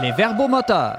Les verbomoteurs.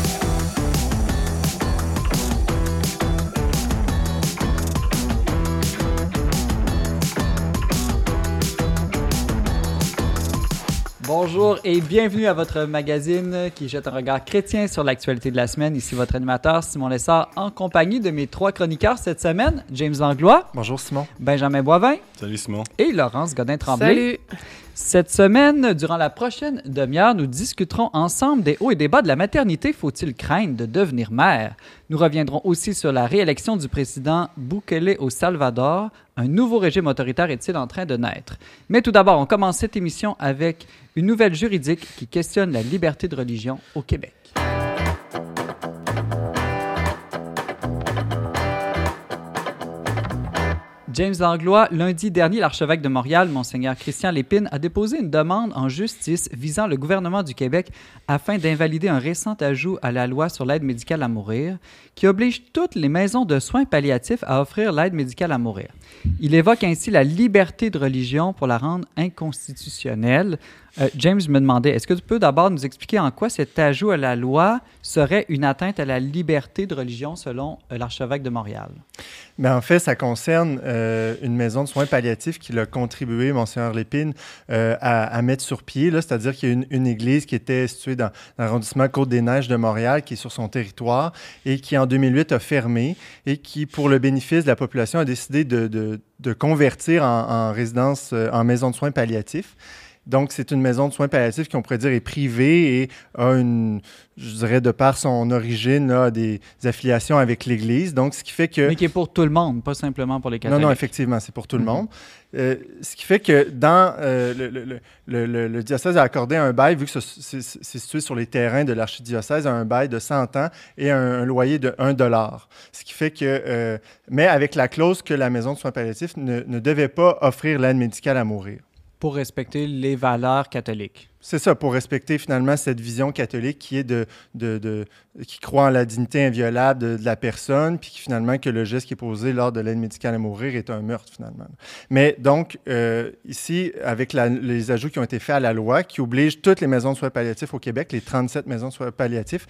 Bonjour et bienvenue à votre magazine qui jette un regard chrétien sur l'actualité de la semaine. Ici votre animateur Simon Lessard en compagnie de mes trois chroniqueurs cette semaine, James Langlois. Bonjour Simon. Benjamin Boivin. Salut Simon. Et Laurence Godin-Tremblay. Salut. Cette semaine, durant la prochaine demi-heure, nous discuterons ensemble des hauts et des bas de la maternité. Faut-il craindre de devenir mère? Nous reviendrons aussi sur la réélection du président Bukele au Salvador. Un nouveau régime autoritaire est-il en train de naître? Mais tout d'abord, on commence cette émission avec une nouvelle juridique qui questionne la liberté de religion au Québec. James Langlois, lundi dernier, l'archevêque de Montréal, Monseigneur Christian Lépine, a déposé une demande en justice visant le gouvernement du Québec afin d'invalider un récent ajout à la loi sur l'aide médicale à mourir qui oblige toutes les maisons de soins palliatifs à offrir l'aide médicale à mourir. Il évoque ainsi la liberté de religion pour la rendre inconstitutionnelle. James me demandait, est-ce que tu peux d'abord nous expliquer en quoi cet ajout à la loi serait une atteinte à la liberté de religion selon l'archevêque de Montréal? Mais en fait, ça concerne une maison de soins palliatifs qu'il a contribué, Monseigneur Lépine, à mettre sur pied. Là, c'est-à-dire qu'il y a une église qui était située dans l'arrondissement Côte-des-Neiges de Montréal, qui est sur son territoire et qui, en 2008, a fermé et qui, pour le bénéfice de la population, a décidé de convertir en résidence, en maison de soins palliatifs. Donc, c'est une maison de soins palliatifs qui, on pourrait dire, est privée et a je dirais, de par son origine, là, des affiliations avec l'Église. Donc, ce qui fait que... Mais qui est pour tout le monde, pas simplement pour les catholiques. Non, effectivement, c'est pour tout le monde. Ce qui fait que dans le diocèse a accordé un bail, vu que c'est situé sur les terrains de l'archidiocèse, un bail de 100 ans et un loyer de $1. Ce qui fait que... mais avec la clause que la maison de soins palliatifs ne devait pas offrir l'aide médicale à mourir. Pour respecter les valeurs catholiques. C'est ça, pour respecter finalement cette vision catholique qui est qui croit en la dignité inviolable de la personne, puis finalement que le geste qui est posé lors de l'aide médicale à mourir est un meurtre finalement. Mais donc, ici, avec les ajouts qui ont été faits à la loi, qui obligent toutes les maisons de soins palliatifs au Québec, les 37 maisons de soins palliatifs,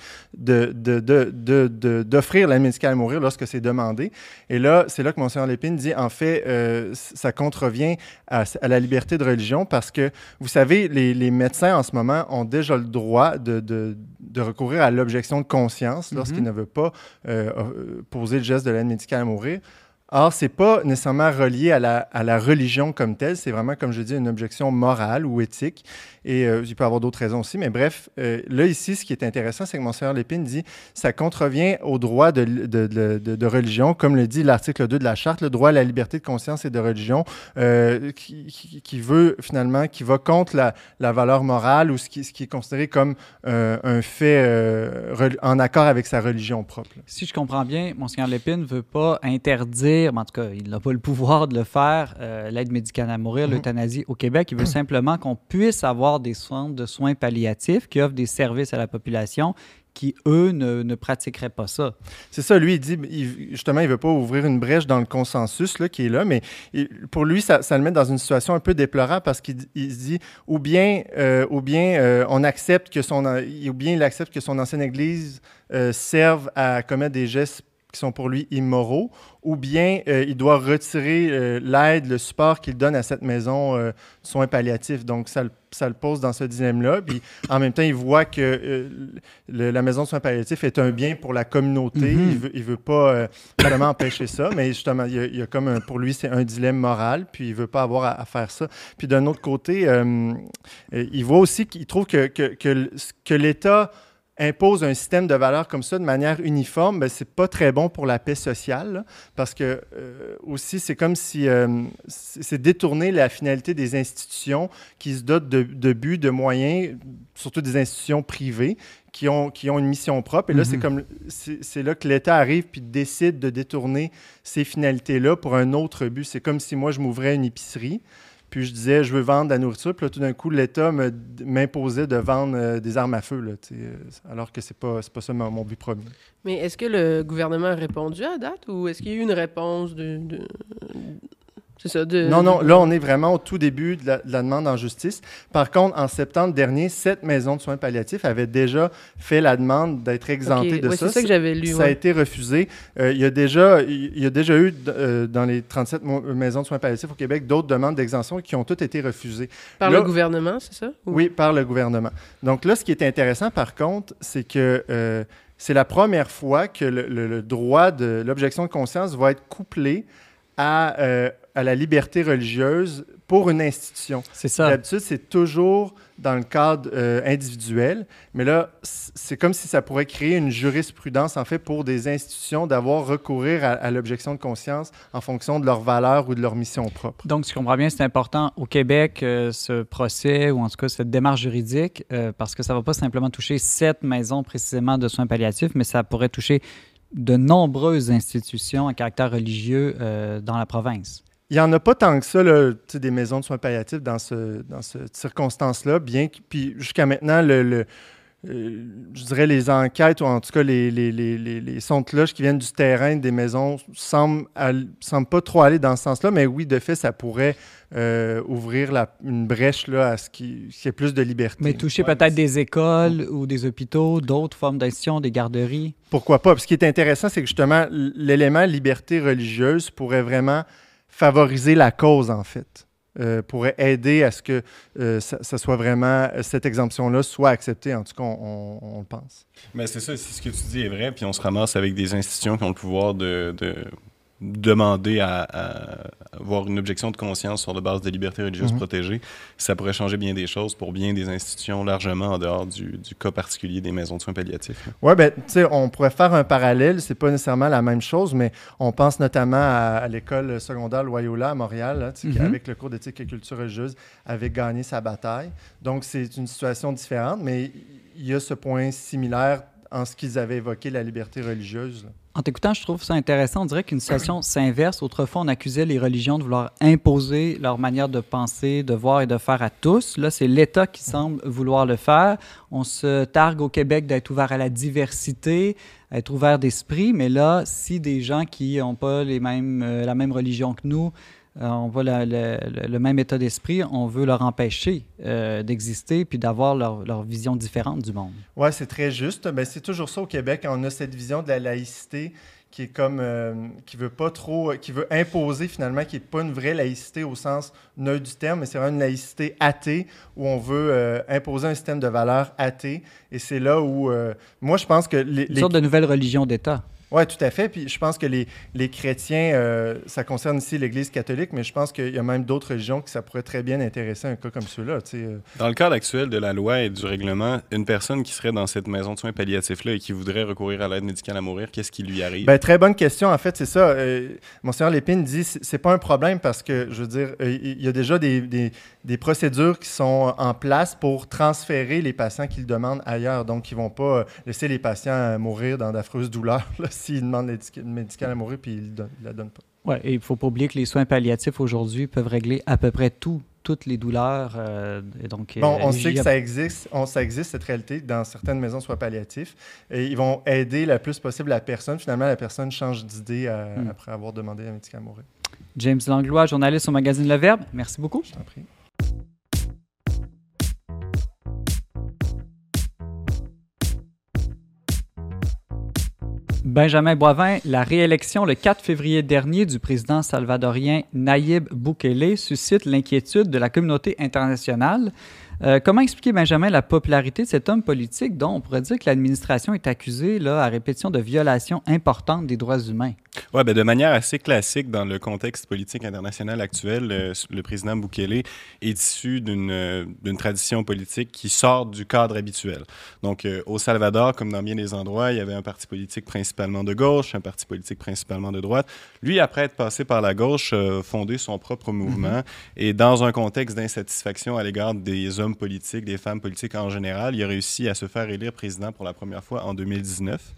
d'offrir l'aide médicale à mourir lorsque c'est demandé. Et là, c'est là que Monseigneur Lépine dit, en fait, ça contrevient à la liberté de religion parce que, vous savez, les médecins en ce moment ont déjà le droit de recourir à l'objection de conscience lorsqu'ils ne veulent pas poser le geste de l'aide médicale à mourir. Or, ce n'est pas nécessairement relié à la religion comme telle, c'est vraiment, comme je dis, une objection morale ou éthique. Et il peut y avoir d'autres raisons aussi. Mais bref, là, ici, ce qui est intéressant, c'est que Monseigneur Lépine dit ça contrevient au droit de religion, comme le dit l'article 2 de la Charte, le droit à la liberté de conscience et de religion, qui va contre la valeur morale ou ce qui est considéré comme un fait en accord avec sa religion propre. Si je comprends bien, Monseigneur Lépine ne veut pas interdire, mais en tout cas, il n'a pas le pouvoir de le faire, l'aide médicale à mourir, l'euthanasie au Québec. Il veut simplement qu'on puisse avoir des centres de soins palliatifs qui offrent des services à la population qui, eux, ne pratiqueraient pas ça. C'est ça, lui, il dit, justement, il ne veut pas ouvrir une brèche dans le consensus là, qui est là, mais pour lui, ça le met dans une situation un peu déplorable parce qu'il dit, ou bien on accepte que il accepte que son ancienne église serve à commettre des gestes qui sont pour lui immoraux, ou bien il doit retirer l'aide, le support qu'il donne à cette maison de soins palliatifs. Donc, ça le pose dans ce dilemme-là. Puis, en même temps, il voit que la maison de soins palliatifs est un bien pour la communauté. Il veut pas vraiment empêcher ça, mais justement, il y a comme pour lui, c'est un dilemme moral, puis il veut pas avoir à faire ça. Puis, d'un autre côté, il voit aussi qu'il trouve que l'État impose un système de valeurs comme ça de manière uniforme, ben, c'est pas très bon pour la paix sociale, là, parce que aussi, c'est comme si c'est détourner la finalité des institutions qui se dotent de buts, de moyens, surtout des institutions privées, qui ont une mission propre. Et là, c'est là que l'État arrive puis décide de détourner ces finalités-là pour un autre but. C'est comme si moi, je m'ouvrais une épicerie, puis je disais, je veux vendre de la nourriture. Puis là, tout d'un coup, l'État m'imposait de vendre des armes à feu, là, alors que c'est pas ça mon but premier. Mais est-ce que le gouvernement a répondu à date ou est-ce qu'il y a eu une réponse C'est ça. Non, là, on est vraiment au tout début de la demande en justice. Par contre, en septembre dernier, 7 maisons de soins palliatifs avaient déjà fait la demande d'être exemptées de ça. C'est ça que j'avais lu. Ça a été refusé. Il y a déjà eu, dans les 37 maisons de soins palliatifs au Québec, d'autres demandes d'exemption qui ont toutes été refusées. Par le gouvernement, c'est ça? Oui, par le gouvernement. Donc là, ce qui est intéressant, par contre, c'est que c'est la première fois que le droit de l'objection de conscience va être couplé à la liberté religieuse pour une institution. C'est ça. D'habitude, c'est toujours dans le cadre individuel, mais là, c'est comme si ça pourrait créer une jurisprudence, en fait, pour des institutions d'avoir recourir à l'objection de conscience en fonction de leurs valeurs ou de leur mission propre. Donc, si je comprends bien, c'est important au Québec, ce procès, ou en tout cas cette démarche juridique, parce que ça ne va pas simplement toucher 7 maisons précisément de soins palliatifs, mais ça pourrait toucher de nombreuses institutions à caractère religieux dans la province. Il n'y en a pas tant que ça, là, des maisons de soins palliatifs dans cette circonstance-là, bien que, puis jusqu'à maintenant, je dirais les enquêtes, ou en tout cas les sons de cloche qui viennent du terrain des maisons semblent pas trop aller dans ce sens-là, mais oui, de fait, ça pourrait ouvrir une brèche là, à ce qu'il y ait plus de liberté. Mais toucher peut-être des écoles ou des hôpitaux, d'autres formes d'institutions, des garderies. Pourquoi pas? Puis ce qui est intéressant, c'est que justement, l'élément liberté religieuse pourrait vraiment favoriser la cause, en fait. Pourrait aider à ce que ça soit vraiment, cette exemption-là soit acceptée, en tout cas, on le pense. Mais c'est ça, si ce que tu dis est vrai, puis on se ramasse avec des institutions qui ont le pouvoir de demander à avoir une objection de conscience sur la base des libertés religieuses protégées, ça pourrait changer bien des choses pour bien des institutions largement en dehors du cas particulier des maisons de soins palliatifs. Oui, bien, tu sais, on pourrait faire un parallèle, c'est pas nécessairement la même chose, mais on pense notamment à l'école secondaire Loyola à Montréal, là, qui, avec le cours d'éthique et culture religieuse, avait gagné sa bataille. Donc, c'est une situation différente, mais il y a ce point similaire en ce qu'ils avaient évoqué la liberté religieuse, là. En t'écoutant, je trouve ça intéressant. On dirait qu'une situation s'inverse. Autrefois, on accusait les religions de vouloir imposer leur manière de penser, de voir et de faire à tous. Là, c'est l'État qui semble vouloir le faire. On se targue au Québec d'être ouvert à la diversité, à être ouvert d'esprit. Mais là, si des gens qui n'ont pas la même religion que nous, on voit le même état d'esprit, on veut leur empêcher d'exister puis d'avoir leur vision différente du monde. Oui, c'est très juste. Ben, c'est toujours ça au Québec. On a cette vision de la laïcité qui est comme qui veut pas trop, qui veut imposer finalement, qui n'est pas une vraie laïcité au sens neutre du terme, mais c'est vraiment une laïcité athée où on veut imposer un système de valeurs athée. Et c'est là où moi je pense que une sorte de nouvelle religion d'État. Oui, tout à fait. Puis je pense que les chrétiens, ça concerne ici l'Église catholique, mais je pense qu'il y a même d'autres religions que ça pourrait très bien intéresser un cas comme ceux-là. Dans le cadre actuel de la loi et du règlement, une personne qui serait dans cette maison de soins palliatifs-là et qui voudrait recourir à l'aide médicale à mourir, qu'est-ce qui lui arrive? Bien, très bonne question. En fait, c'est ça. Monseigneur Lépine dit que c'est pas un problème parce que, je veux dire, il y a déjà des procédures qui sont en place pour transférer les patients qui le demandent ailleurs. Donc, ils ne vont pas laisser les patients mourir dans d'affreuses douleurs s'ils demandent l'aide médicale à mourir puis ils ne la donnent pas. Oui, et il ne faut pas oublier que les soins palliatifs aujourd'hui peuvent régler à peu près toutes les douleurs. On sait que ça existe cette réalité dans certaines maisons de soins palliatifs. Et ils vont aider le plus possible la personne. Finalement, la personne change d'idée après avoir demandé la médicale à mourir. James Langlois, journaliste au magazine Le Verbe. Merci beaucoup. Je t'en prie. Benjamin Boivin, la réélection le 4 février dernier du président salvadorien Nayib Bukele suscite l'inquiétude de la communauté internationale. Comment expliquer, Benjamin, la popularité de cet homme politique dont on pourrait dire que l'administration est accusée là, à répétition de violations importantes des droits humains? Oui, de manière assez classique dans le contexte politique international actuel, le président Bukele est issu d'une tradition politique qui sort du cadre habituel. Donc, au Salvador, comme dans bien des endroits, il y avait un parti politique principalement de gauche, un parti politique principalement de droite. Lui, après être passé par la gauche, a fondé son propre mouvement. Et dans un contexte d'insatisfaction à l'égard des hommes politiques, des femmes politiques en général, il a réussi à se faire élire président pour la première fois en 2019.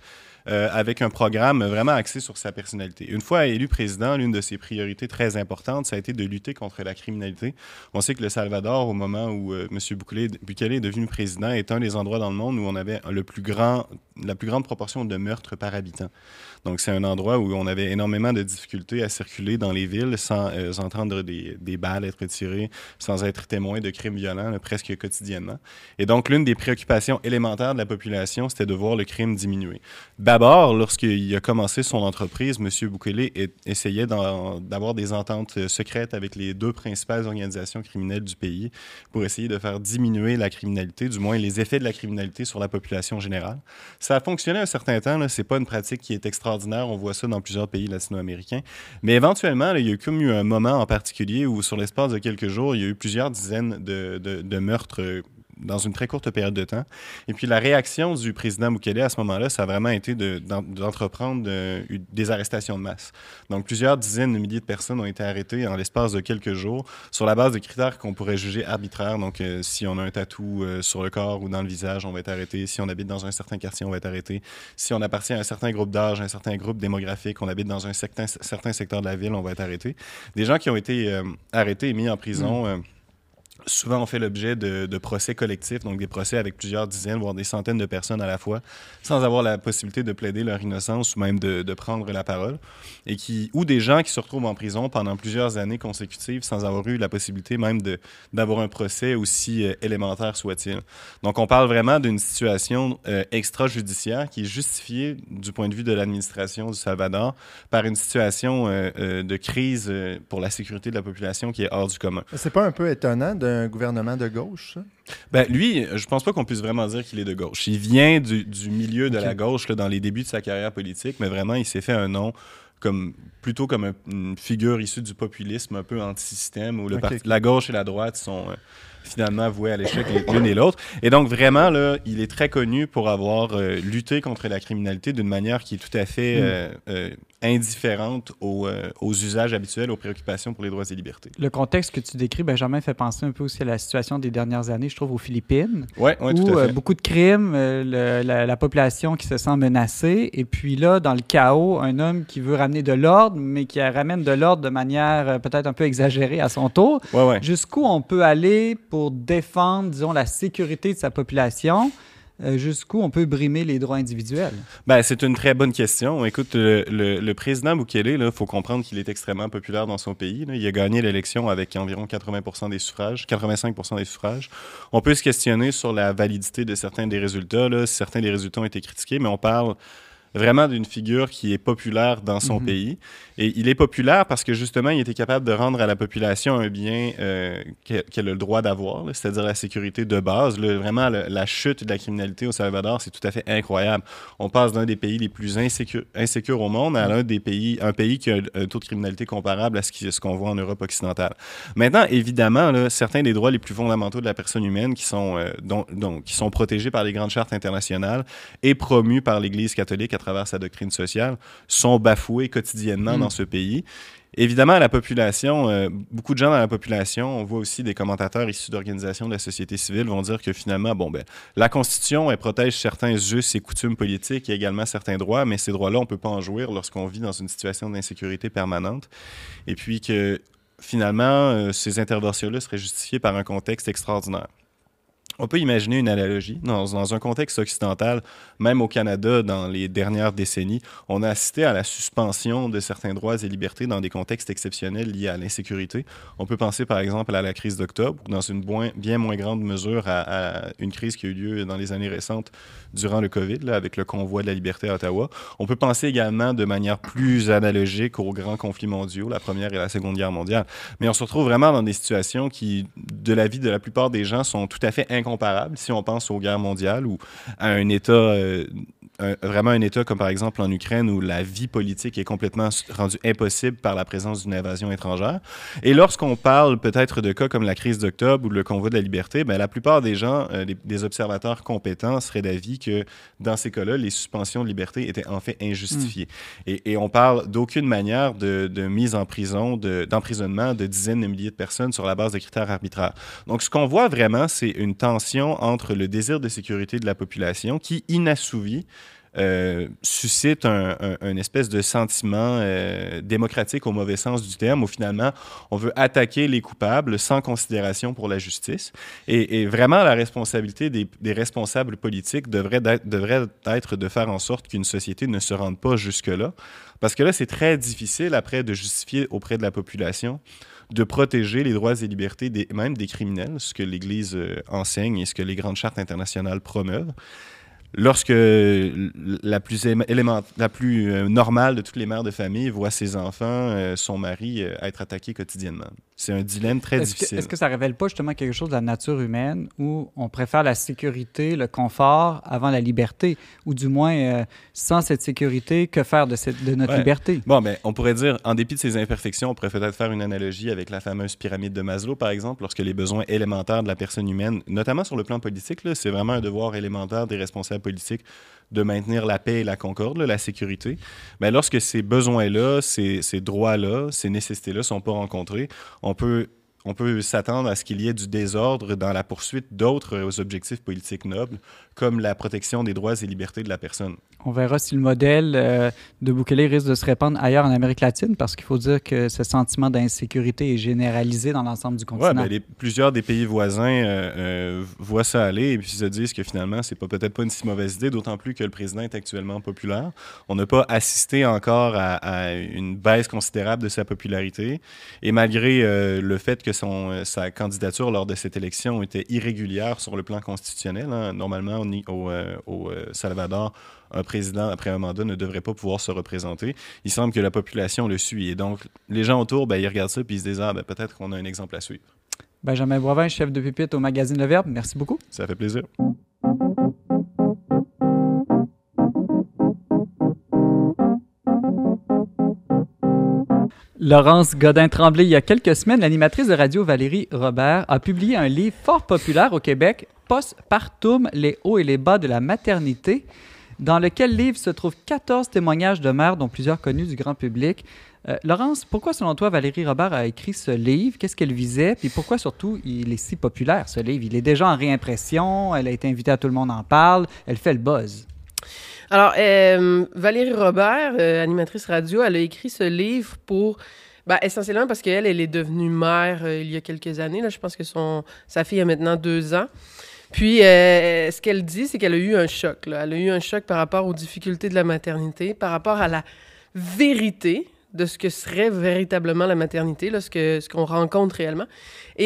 avec un programme vraiment axé sur sa personnalité. Une fois élu président, l'une de ses priorités très importantes, ça a été de lutter contre la criminalité. On sait que le Salvador, au moment où M. Bukele est devenu président, est un des endroits dans le monde où on avait la plus grande proportion de meurtres par habitant. Donc, c'est un endroit où on avait énormément de difficultés à circuler dans les villes sans entendre des balles être tirées, sans être témoin de crimes violents là, presque quotidiennement. Et donc, l'une des préoccupations élémentaires de la population, c'était de voir le crime diminuer. D'abord, lorsqu'il a commencé son entreprise, M. Bukele essayait d'avoir des ententes secrètes avec les 2 principales organisations criminelles du pays pour essayer de faire diminuer la criminalité, du moins les effets de la criminalité sur la population générale. Ça a fonctionné un certain temps. Ce n'est pas une pratique qui est extraordinaire. On voit ça dans plusieurs pays latino-américains. Mais éventuellement, là, il y a comme eu un moment en particulier où, sur l'espace de quelques jours, il y a eu plusieurs dizaines de meurtres dans une très courte période de temps. Et puis la réaction du président Bukele à ce moment-là, ça a vraiment été d'entreprendre des arrestations de masse. Donc plusieurs dizaines de milliers de personnes ont été arrêtées en l'espace de quelques jours sur la base de critères qu'on pourrait juger arbitraires. Donc si on a un tatou sur le corps ou dans le visage, on va être arrêté. Si on habite dans un certain quartier, on va être arrêté. Si on appartient à un certain groupe d'âge, un certain groupe démographique, on habite dans un certain secteur de la ville, on va être arrêté. Des gens qui ont été arrêtés et mis en prison... souvent, on fait l'objet de procès collectifs, donc des procès avec plusieurs dizaines, voire des centaines de personnes à la fois, sans avoir la possibilité de plaider leur innocence ou même de prendre la parole. Ou des gens qui se retrouvent en prison pendant plusieurs années consécutives sans avoir eu la possibilité même d'avoir un procès aussi élémentaire soit-il. Donc, on parle vraiment d'une situation extrajudiciaire qui est justifiée du point de vue de l'administration du Salvador par une situation de crise pour la sécurité de la population qui est hors du commun. C'est pas un peu étonnant d'un gouvernement de gauche, ça? Ben, lui, je pense pas qu'on puisse vraiment dire qu'il est de gauche. Il vient du milieu de la gauche là, dans les débuts de sa carrière politique, mais vraiment, il s'est fait un nom plutôt comme une figure issue du populisme un peu anti-système, où la gauche et la droite sont finalement voués à l'échec l'une et l'autre. Et donc, vraiment, là, il est très connu pour avoir lutté contre la criminalité d'une manière qui est tout à fait indifférente aux usages habituels, aux préoccupations pour les droits et libertés. Le contexte que tu décris, Benjamin, fait penser un peu aussi à la situation des dernières années, je trouve, aux Philippines. Oui, tout à fait. Beaucoup de crimes, la population qui se sent menacée, et puis là, dans le chaos, un homme qui veut ramener de l'ordre, mais qui ramène de l'ordre de manière peut-être un peu exagérée à son tour. Ouais. Jusqu'où on peut aller pour défendre, disons, la sécurité de sa population? Jusqu'où on peut brimer les droits individuels? Ben, c'est une très bonne question. Écoute, le président Bukele, il faut comprendre qu'il est extrêmement populaire dans son pays. Là. Il a gagné l'élection avec environ 85% des suffrages. On peut se questionner sur la validité de certains des résultats. Là. Certains des résultats ont été critiqués, mais on parle vraiment d'une figure qui est populaire dans son pays. Et il est populaire parce que, justement, il était capable de rendre à la population un bien qu'elle a le droit d'avoir, là, c'est-à-dire la sécurité de base. Là, vraiment, la chute de la criminalité au Salvador, c'est tout à fait incroyable. On passe d'un des pays les plus insécures au monde à un pays qui a un taux de criminalité comparable à ce qu'on voit en Europe occidentale. Maintenant, évidemment, là, certains des droits les plus fondamentaux de la personne humaine qui sont protégés par les grandes chartes internationales et promus par l'Église catholique à travers sa doctrine sociale, sont bafoués quotidiennement dans ce pays. Évidemment, la population, beaucoup de gens dans la population, on voit aussi des commentateurs issus d'organisations de la société civile vont dire que finalement, la Constitution, elle protège certains us et coutumes politiques et également certains droits, mais ces droits-là, on ne peut pas en jouir lorsqu'on vit dans une situation d'insécurité permanente. Et puis que finalement, ces interventions-là seraient justifiées par un contexte extraordinaire. On peut imaginer une analogie. Dans un contexte occidental, même au Canada, dans les dernières décennies, on a assisté à la suspension de certains droits et libertés dans des contextes exceptionnels liés à l'insécurité. On peut penser, par exemple, à la crise d'octobre, ou dans une bien moins grande mesure à une crise qui a eu lieu dans les années récentes durant le COVID, là, avec le convoi de la liberté à Ottawa. On peut penser également de manière plus analogique aux grands conflits mondiaux, la Première et la Seconde Guerre mondiale. Mais on se retrouve vraiment dans des situations qui, de la vie de la plupart des gens, sont tout à fait incomparable si on pense aux guerres mondiales ou à un État, vraiment un État comme par exemple en Ukraine où la vie politique est complètement rendue impossible par la présence d'une invasion étrangère. Et lorsqu'on parle peut-être de cas comme la crise d'octobre ou le convoi de la liberté, la plupart des gens, des observateurs compétents seraient d'avis que dans ces cas-là, les suspensions de liberté étaient en fait injustifiées. Et on parle d'aucune manière de mise en prison, d'emprisonnement de dizaines de milliers de personnes sur la base de critères arbitraires. Donc ce qu'on voit vraiment, c'est une tension entre le désir de sécurité de la population qui, inassouvi, suscite un espèce de sentiment démocratique au mauvais sens du terme, où finalement, on veut attaquer les coupables sans considération pour la justice. Et vraiment, la responsabilité des responsables politiques devrait être de faire en sorte qu'une société ne se rende pas jusque-là. Parce que là, c'est très difficile après de justifier auprès de la population de protéger les droits et libertés même des criminels, ce que l'Église enseigne et ce que les grandes chartes internationales promeuvent. Lorsque la plus normale de toutes les mères de famille voit ses enfants, son mari, être attaqués quotidiennement. C'est un dilemme très difficile. Est-ce que ça ne révèle pas justement quelque chose de la nature humaine où on préfère la sécurité, le confort avant la liberté? Ou du moins, sans cette sécurité, que faire de notre liberté? Bon, ben, on pourrait dire, en dépit de ces imperfections, on pourrait peut-être faire une analogie avec la fameuse pyramide de Maslow, par exemple, lorsque les besoins élémentaires de la personne humaine, notamment sur le plan politique, là, c'est vraiment un devoir élémentaire des responsables politiques de maintenir la paix et la concorde, là, la sécurité. Mais lorsque ces besoins-là, ces droits-là, ces nécessités-là ne sont pas rencontrés, on peut s'attendre à ce qu'il y ait du désordre dans la poursuite d'autres objectifs politiques nobles, comme la protection des droits et libertés de la personne. On verra si le modèle de Bukele risque de se répandre ailleurs en Amérique latine, parce qu'il faut dire que ce sentiment d'insécurité est généralisé dans l'ensemble du continent. Oui, plusieurs des pays voisins voient ça aller et puis se disent que finalement, c'est peut-être pas une si mauvaise idée, d'autant plus que le président est actuellement populaire. On n'a pas assisté encore à une baisse considérable de sa popularité. Et malgré le fait que sa candidature lors de cette élection était irrégulière sur le plan constitutionnel, hein, normalement, au Salvador, un président, après un mandat, ne devrait pas pouvoir se représenter. Il semble que la population le suit. Et donc, les gens autour, ils regardent ça et ils se disent « Ah, peut-être qu'on a un exemple à suivre. » Benjamin Boivin, chef de pupitre au magazine Le Verbe. Merci beaucoup. Ça fait plaisir. Laurence Godin-Tremblay, il y a quelques semaines, l'animatrice de radio Valérie Robert a publié un livre fort populaire au Québec, Postpartum, les hauts et les bas de la maternité, dans lequel livre se trouvent 14 témoignages de mères, dont plusieurs connus du grand public. Laurence, pourquoi, selon toi, Valérie Robert a écrit ce livre? Qu'est-ce qu'elle visait? Puis pourquoi, surtout, il est si populaire, ce livre? Il est déjà en réimpression, elle a été invitée à Tout le monde en parle, elle fait le buzz. Alors, Valérie Robert, animatrice radio, elle a écrit ce livre pour... essentiellement parce qu'elle est devenue mère il y a quelques années. Là, je pense que sa fille a maintenant 2 ans. Puis, ce qu'elle dit, c'est qu'elle a eu un choc. Là. Elle a eu un choc par rapport aux difficultés de la maternité, par rapport à la vérité de ce que serait véritablement la maternité, là, ce qu'on rencontre réellement. Et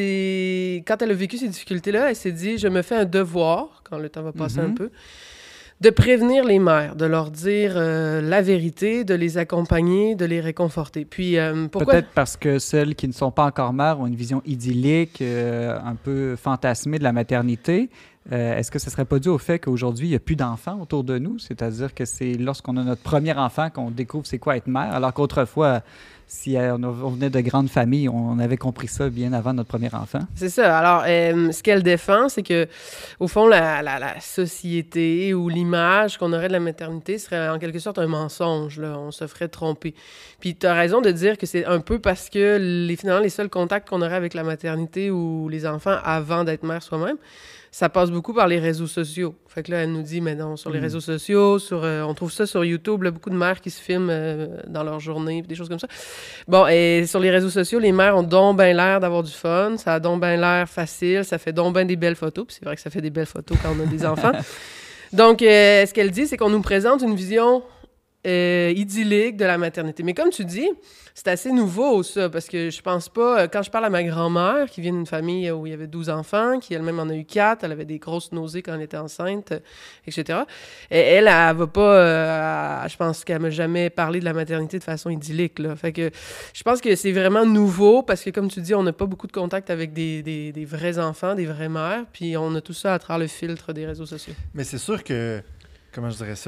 quand elle a vécu ces difficultés-là, elle s'est dit, je me fais un devoir, quand le temps va passer un peu, de prévenir les mères, de leur dire la vérité, de les accompagner, de les réconforter. Puis, pourquoi? Peut-être parce que celles qui ne sont pas encore mères ont une vision idyllique, un peu fantasmée de la maternité. Est-ce que ce ne serait pas dû au fait qu'aujourd'hui, il n'y a plus d'enfants autour de nous? C'est-à-dire que c'est lorsqu'on a notre premier enfant qu'on découvre c'est quoi être mère, alors qu'autrefois, si on venait de grandes familles, on avait compris ça bien avant notre premier enfant. C'est ça. Alors, ce qu'elle défend, c'est que, au fond, la société ou l'image qu'on aurait de la maternité serait en quelque sorte un mensonge. Là. On se ferait tromper. Puis, tu as raison de dire que c'est un peu parce que, finalement, les seuls contacts qu'on aurait avec la maternité ou les enfants avant d'être mère soi-même, ça passe beaucoup par les réseaux sociaux. Fait que là, elle nous dit, mais non, sur les réseaux sociaux, on trouve ça sur YouTube, là, beaucoup de mères qui se filment dans leur journée, des choses comme ça. Bon, et sur les réseaux sociaux, les mères ont donc bien l'air d'avoir du fun, ça a donc bien l'air facile, ça fait donc bien des belles photos, puis c'est vrai que ça fait des belles photos quand on a des enfants. Donc, ce qu'elle dit, c'est qu'on nous présente une vision idyllique de la maternité. Mais comme tu dis, c'est assez nouveau, ça, parce que je pense pas... Quand je parle à ma grand-mère, qui vient d'une famille où il y avait 12 enfants, qui elle-même en a eu 4, elle avait des grosses nausées quand elle était enceinte, etc. Et elle va pas... je pense qu'elle m'a jamais parlé de la maternité de façon idyllique, là. Fait que je pense que c'est vraiment nouveau, parce que, comme tu dis, on n'a pas beaucoup de contact avec des vrais enfants, des vraies mères, puis on a tout ça à travers le filtre des réseaux sociaux. Mais c'est sûr que... Comment je dirais ça...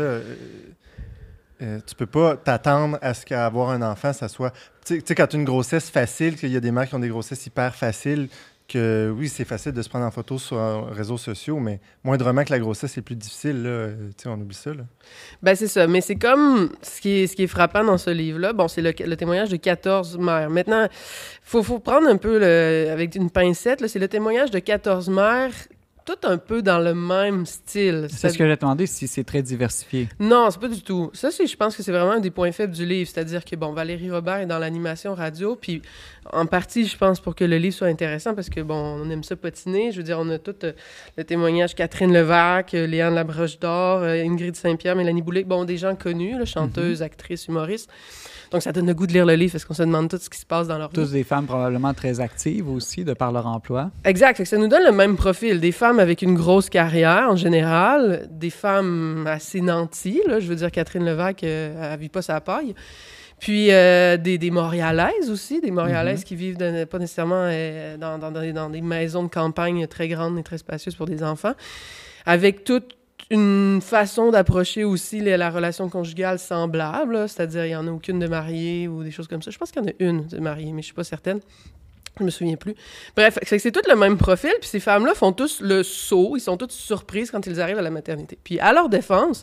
tu peux pas t'attendre à ce qu'avoir un enfant, ça soit... Tu sais, quand tu as une grossesse facile, qu'il y a des mères qui ont des grossesses hyper faciles, que oui, c'est facile de se prendre en photo sur les réseaux sociaux, mais moindrement que la grossesse est plus difficile, là, tu sais, on oublie ça, là. Ben c'est ça, mais c'est comme ce qui est frappant dans ce livre-là, bon, c'est le témoignage de 14 mères. Maintenant, faut prendre un peu avec une pincette, là, c'est le témoignage de 14 mères toutes un peu dans le même style. C'est ce que j'ai demandé, si c'est très diversifié. Non, c'est pas du tout. Ça, je pense que c'est vraiment un des points faibles du livre. C'est-à-dire que, bon, Valérie Robert est dans l'animation radio, puis en partie, je pense, pour que le livre soit intéressant, parce que, bon, on aime ça patiner. Je veux dire, on a tout le témoignage Catherine Levac, Léane Labroche d'Or, Ingrid Saint-Pierre, Mélanie Boulay, bon, des gens connus, là, chanteuses, actrices, humoristes. Donc, ça donne le goût de lire le livre parce qu'on se demande tout ce qui se passe dans leur vie. Tous des femmes probablement très actives aussi, de par leur emploi. Exact. Fait que ça nous donne le même profil. Des femmes avec une grosse carrière, en général. Des femmes assez nanties, là. Je veux dire, Catherine Levac, elle ne vit pas sa paille. Puis, des Montréalaises aussi. Des Montréalaises qui vivent pas nécessairement dans des maisons de campagne très grandes et très spacieuses pour des enfants. Avec toute une façon d'approcher aussi la relation conjugale semblable, là. C'est-à-dire il n'y en a aucune de mariée ou des choses comme ça. Je pense qu'il y en a une de mariée, mais je ne suis pas certaine. Je me souviens plus. Bref, c'est tout le même profil, puis ces femmes-là font tous le saut, ils sont toutes surprises quand ils arrivent à la maternité. Puis à leur défense,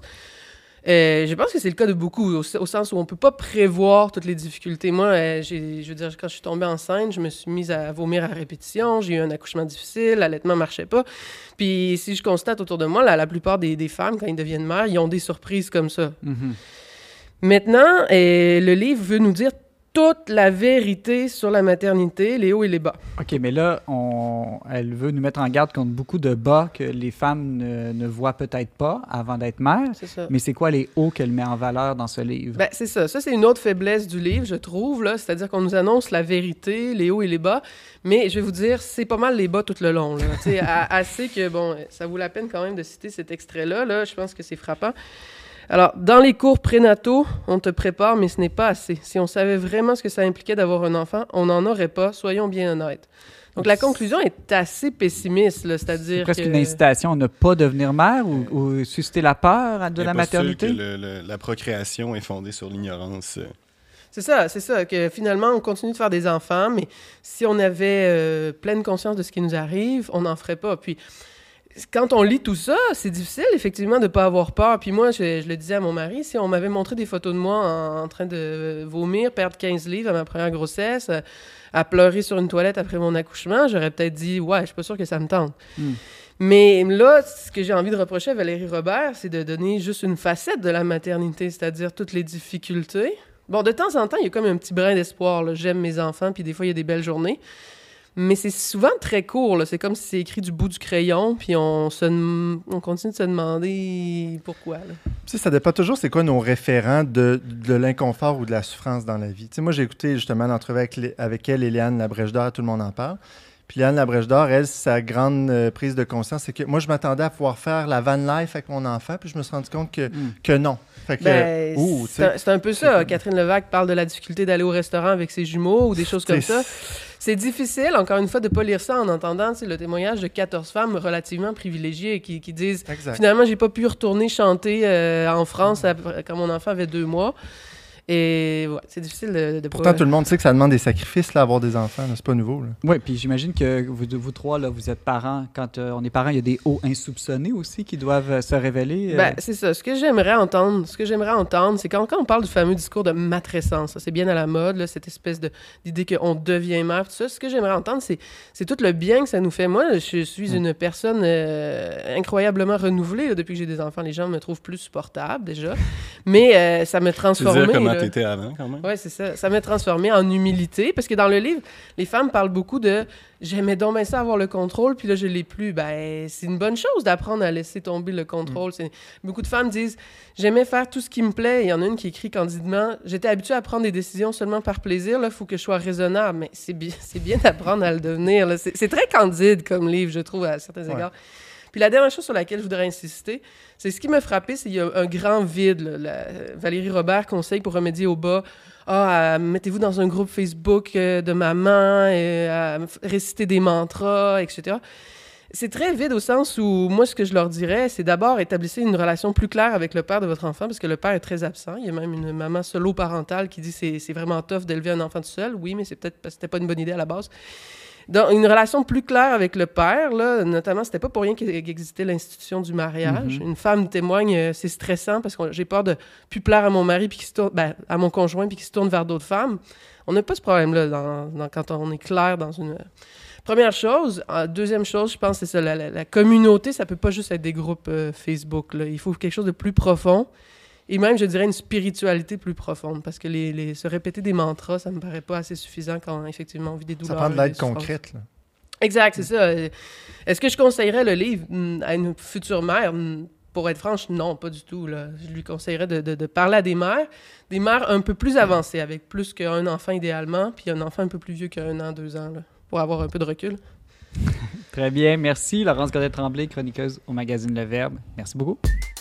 je pense que c'est le cas de beaucoup, au sens où on ne peut pas prévoir toutes les difficultés. Moi, je veux dire, quand je suis tombée enceinte, je me suis mise à vomir à répétition, j'ai eu un accouchement difficile, l'allaitement ne marchait pas. Puis si je constate autour de moi, la plupart des femmes, quand ils deviennent mères, ils ont des surprises comme ça. Maintenant, le livre veut nous dire toute la vérité sur la maternité, les hauts et les bas. OK, mais là, elle veut nous mettre en garde contre beaucoup de bas que les femmes ne voient peut-être pas avant d'être mères. C'est ça. Mais c'est quoi les hauts qu'elle met en valeur dans ce livre? Ben, c'est ça. Ça, c'est une autre faiblesse du livre, je trouve, là. C'est-à-dire qu'on nous annonce la vérité, les hauts et les bas. Mais je vais vous dire, c'est pas mal les bas tout le long, là. Tu sais, assez que, bon, ça vaut la peine quand même de citer cet extrait-là, là. Je pense que c'est frappant. Alors, dans les cours prénataux, on te prépare, mais ce n'est pas assez. Si on savait vraiment ce que ça impliquait d'avoir un enfant, on n'en aurait pas, soyons bien honnêtes. Donc, la conclusion est assez pessimiste, là, c'est-à-dire c'est presque une incitation à ne pas devenir mère ou susciter la peur de la maternité? Sûr que la procréation est fondée sur l'ignorance. C'est ça, que finalement, on continue de faire des enfants, mais si on avait pleine conscience de ce qui nous arrive, on n'en ferait pas. Puis, quand on lit tout ça, c'est difficile, effectivement, de ne pas avoir peur. Puis moi, je le disais à mon mari, si on m'avait montré des photos de moi en train de vomir, perdre 15 livres à ma première grossesse, à pleurer sur une toilette après mon accouchement, j'aurais peut-être dit « Ouais, je suis pas sûre que ça me tente. Mais là, ce que j'ai envie de reprocher à Valérie Robert, c'est de donner juste une facette de la maternité, c'est-à-dire toutes les difficultés. Bon, de temps en temps, il y a comme un petit brin d'espoir, là. J'aime mes enfants, puis des fois, il y a des belles journées. Mais c'est souvent très court, là. C'est comme si c'est écrit du bout du crayon, puis on continue de se demander pourquoi, là. Tu sais, ça dépend toujours c'est quoi nos référents de l'inconfort ou de la souffrance dans la vie. Tu sais, moi, j'ai écouté justement l'entrevue avec elle et Léane Labrèche d'Or, tout le monde en parle. Puis Léane Labrèche d'Or, elle, sa grande prise de conscience, c'est que moi, je m'attendais à pouvoir faire la van life avec mon enfant, puis je me suis rendu compte que non. Fait que, c'est un peu ça. Catherine Levac parle de la difficulté d'aller au restaurant avec ses jumeaux ou des choses comme ça. C'est difficile, encore une fois, de ne pas lire ça en entendant le témoignage de 14 femmes relativement privilégiées qui disent « Finalement, j'ai pas pu retourner chanter en France quand mon enfant avait 2 mois. » Et ouais, c'est difficile de Pourtant, tout le monde sait que ça demande des sacrifices, là, avoir des enfants. Là. C'est pas nouveau. Oui, puis j'imagine que vous trois, là, vous êtes parents. Quand on est parents, il y a des hauts insoupçonnés aussi qui doivent se révéler. Ben, c'est ça. Ce que j'aimerais entendre, c'est quand on parle du fameux discours de matrescence, c'est bien à la mode, là, cette espèce d'idée qu'on devient mère, tout ça. Ce que j'aimerais entendre, c'est tout le bien que ça nous fait. Moi, je suis une personne incroyablement renouvelée là, depuis que j'ai des enfants. Les gens me trouvent plus supportable, déjà. Mais ça me transforme. T'étais avant, quand même. Oui, c'est ça. Ça m'a transformée en humilité, parce que dans le livre, les femmes parlent beaucoup de « j'aimais donc bien ça avoir le contrôle, puis là, je l'ai plus ». Ben, c'est une bonne chose d'apprendre à laisser tomber le contrôle. Beaucoup de femmes disent « j'aimais faire tout ce qui me plaît ». Il y en a une qui écrit candidement « j'étais habituée à prendre des décisions seulement par plaisir, là, il faut que je sois raisonnable ». Mais c'est bien d'apprendre à le devenir. Là. C'est très candide comme livre, je trouve, à certains égards. Puis la dernière chose sur laquelle je voudrais insister, c'est ce qui m'a frappé, c'est qu'il y a un grand vide. Valérie Robert conseille pour remédier au bas. Mettez-vous dans un groupe Facebook de maman, réciter des mantras, etc. C'est très vide au sens où, moi, ce que je leur dirais, c'est d'abord établissez une relation plus claire avec le père de votre enfant, parce que le père est très absent. Il y a même une maman solo-parentale qui dit que c'est vraiment tough d'élever un enfant tout seul. Oui, mais c'est peut-être parce que c'était pas une bonne idée à la base. Dans une relation plus claire avec le père, là, notamment, c'était pas pour rien qu'il existait l'institution du mariage. Une femme témoigne, c'est stressant parce que j'ai peur de plus plaire à mon mari puis à mon conjoint puis qu'il se tourne vers d'autres femmes. On n'a pas ce problème-là quand on est clair dans une Première chose. Deuxième chose, je pense, c'est ça. La communauté, ça peut pas juste être des groupes Facebook, là. Il faut quelque chose de plus profond. Et même, je dirais, une spiritualité plus profonde. Parce que se répéter des mantras, ça me paraît pas assez suffisant quand, effectivement, on vit des douleurs. Ça prend de l'aide concrète, là. Exact, c'est ça. Est-ce que je conseillerais le livre à une future mère? Pour être franche, non, pas du tout, là. Je lui conseillerais de parler à des mères un peu plus avancées, avec plus qu'un enfant idéalement, puis un enfant un peu plus vieux qu'1 an, 2 ans, là, pour avoir un peu de recul. Très bien, merci. Laurence Godet-Tremblay, chroniqueuse au magazine Le Verbe. Merci beaucoup.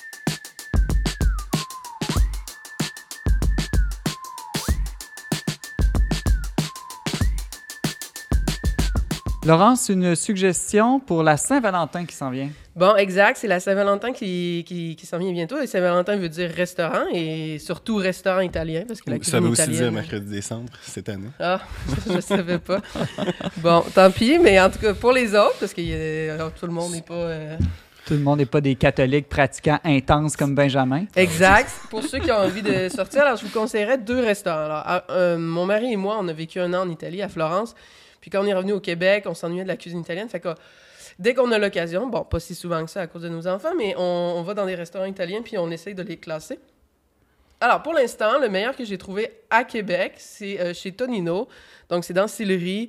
Laurence, une suggestion pour la Saint-Valentin qui s'en vient. Bon, exact. C'est la Saint-Valentin qui s'en vient bientôt. Et Saint-Valentin veut dire restaurant, et surtout restaurant italien, parce que la cuisine ça veut italienne... aussi dire mercredi décembre cette année. Ah, je savais pas. Bon, tant pis, mais en tout cas, pour les autres, parce que tout le monde n'est pas... Tout le monde n'est pas des catholiques pratiquants intenses comme Benjamin. Exact. Pour ceux qui ont envie de sortir, alors je vous conseillerais 2 restaurants. Alors, mon mari et moi, on a vécu 1 an en Italie, à Florence. Puis quand on est revenu au Québec, on s'ennuyait de la cuisine italienne. Fait que dès qu'on a l'occasion, bon, pas si souvent que ça à cause de nos enfants, mais on va dans des restaurants italiens puis on essaye de les classer. Alors, pour l'instant, le meilleur que j'ai trouvé à Québec, c'est chez Tonino. Donc, c'est dans Sillery.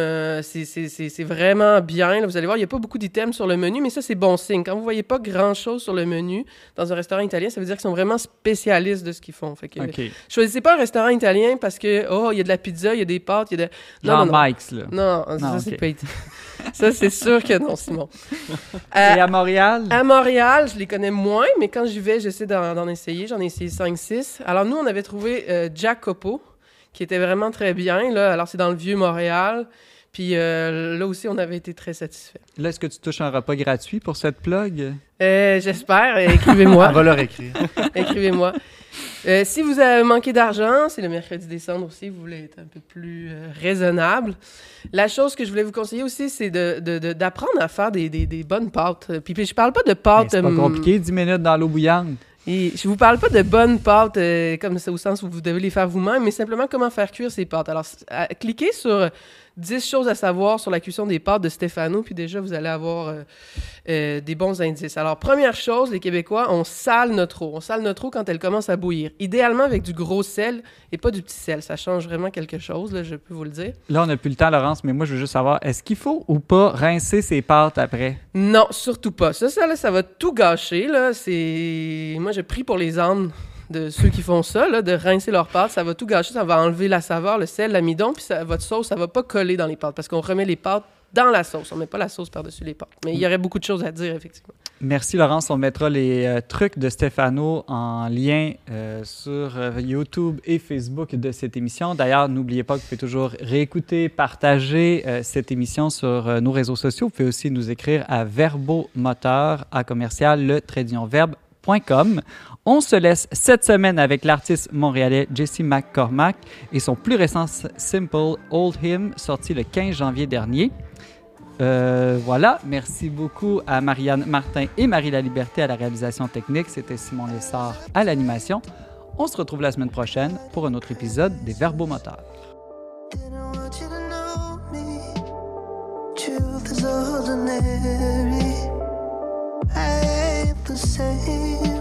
C'est vraiment bien. Là, vous allez voir, il n'y a pas beaucoup d'items sur le menu, mais ça, c'est bon signe. Quand vous ne voyez pas grand-chose sur le menu dans un restaurant italien, ça veut dire qu'ils sont vraiment spécialistes de ce qu'ils font. Fait que, choisissez pas un restaurant italien parce que, il y a de la pizza, il y a des pâtes, il y a de... Non, Mike's, là. Non, ça, c'est pas... Ça, c'est sûr que non, Simon. Et à Montréal? À Montréal, je les connais moins, mais quand j'y vais, j'essaie d'en essayer. J'en ai essayé 5-6. Alors, nous, on avait trouvé Jacopo, qui était vraiment très bien. Là. Alors, c'est dans le Vieux-Montréal. Puis là aussi, on avait été très satisfaits. Là, est-ce que tu touches un repas gratuit pour cette plug? J'espère. Écrivez-moi. On va leur écrire. Écrivez-moi. Si vous avez manqué d'argent, c'est le mercredi décembre aussi, vous voulez être un peu plus raisonnable. La chose que je voulais vous conseiller aussi, c'est d'apprendre à faire des bonnes pâtes. Puis je parle pas de pâtes... C'est pas compliqué, 10 minutes dans l'eau bouillante. Et je vous parle pas de bonnes pâtes comme ça, au sens où vous devez les faire vous-même, mais simplement comment faire cuire ces pâtes. Alors, cliquez sur 10 choses à savoir sur la cuisson des pâtes de Stefano, puis déjà, vous allez avoir des bons indices. Alors, première chose, les Québécois, on sale notre eau. On sale notre eau quand elle commence à bouillir. Idéalement avec du gros sel et pas du petit sel. Ça change vraiment quelque chose, là, je peux vous le dire. Là, on n'a plus le temps, Laurence, mais moi, je veux juste savoir, est-ce qu'il faut ou pas rincer ses pâtes après? Non, surtout pas. Ça va tout gâcher, là. Moi, je prie pour les âmes de ceux qui font ça, là, de rincer leurs pâtes. Ça va tout gâcher, ça va enlever la saveur, le sel, l'amidon, puis votre sauce, ça va pas coller dans les pâtes parce qu'on remet les pâtes dans la sauce. On met pas la sauce par-dessus les pâtes. Mais il y aurait beaucoup de choses à dire, effectivement. Merci, Laurence. On mettra les trucs de Stefano en lien sur YouTube et Facebook de cette émission. D'ailleurs, n'oubliez pas que vous pouvez toujours réécouter, partager cette émission sur nos réseaux sociaux. Vous pouvez aussi nous écrire à verbomoteur@le-verbe.com. On se laisse cette semaine avec l'artiste montréalais Jesse McCormack et son plus récent simple Old Hymn, sorti le 15 janvier dernier. Voilà, merci beaucoup à Marianne Martin et Marie Laliberté à la réalisation technique. C'était Simon Lessard à l'animation. On se retrouve la semaine prochaine pour un autre épisode des Verbomoteurs. Truth is ordinary. I ain't the same.